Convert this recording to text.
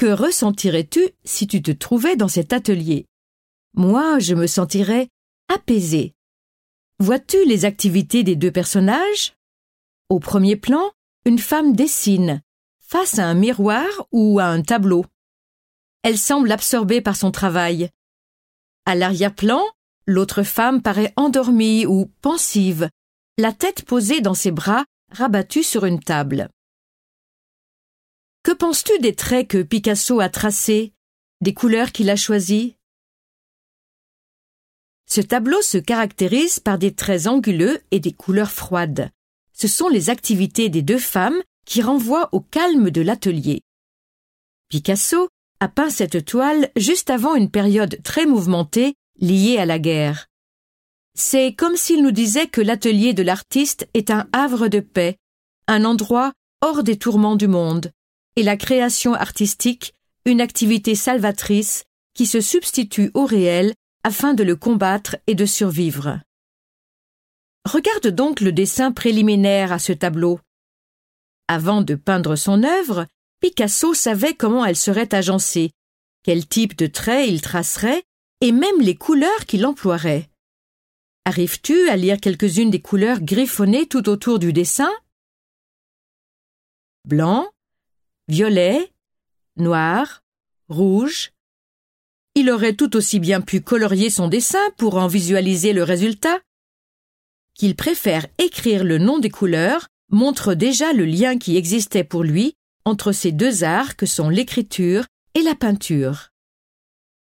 Que ressentirais-tu si tu te trouvais dans cet atelier? Moi, je me sentirais apaisée. Vois-tu les activités des deux personnages? Au premier plan, une femme dessine, face à un miroir ou à un tableau. Elle semble absorbée par son travail. À l'arrière-plan, l'autre femme paraît endormie ou pensive, la tête posée dans ses bras, rabattue sur une table. Que penses-tu des traits que Picasso a tracés, des couleurs qu'il a choisies? Ce tableau se caractérise par des traits anguleux et des couleurs froides. Ce sont les activités des deux femmes qui renvoient au calme de l'atelier. Picasso a peint cette toile juste avant une période très mouvementée liée à la guerre. C'est comme s'il nous disait que l'atelier de l'artiste est un havre de paix, un endroit hors des tourments du monde, et la création artistique, une activité salvatrice qui se substitue au réel afin de le combattre et de survivre. Regarde donc le dessin préliminaire à ce tableau. Avant de peindre son œuvre, Picasso savait comment elle serait agencée, quel type de traits il tracerait et même les couleurs qu'il emploierait. Arrives-tu à lire quelques-unes des couleurs griffonnées tout autour du dessin? Blanc, violet, noir, rouge. Il aurait tout aussi bien pu colorier son dessin pour en visualiser le résultat. Qu'il préfère écrire le nom des couleurs montre déjà le lien qui existait pour lui entre ces deux arts que sont l'écriture et la peinture.